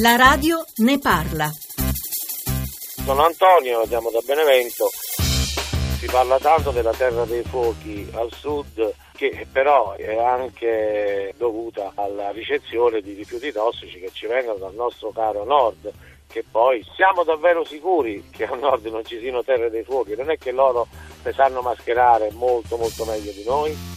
La radio ne parla. Sono Antonio, siamo da Benevento. Si parla tanto della terra dei fuochi al sud, che però è anche dovuta alla ricezione di rifiuti tossici che ci vengono dal nostro caro nord, che poi siamo davvero sicuri che al nord non ci siano terre dei fuochi? Non è che loro le sanno mascherare molto meglio di noi?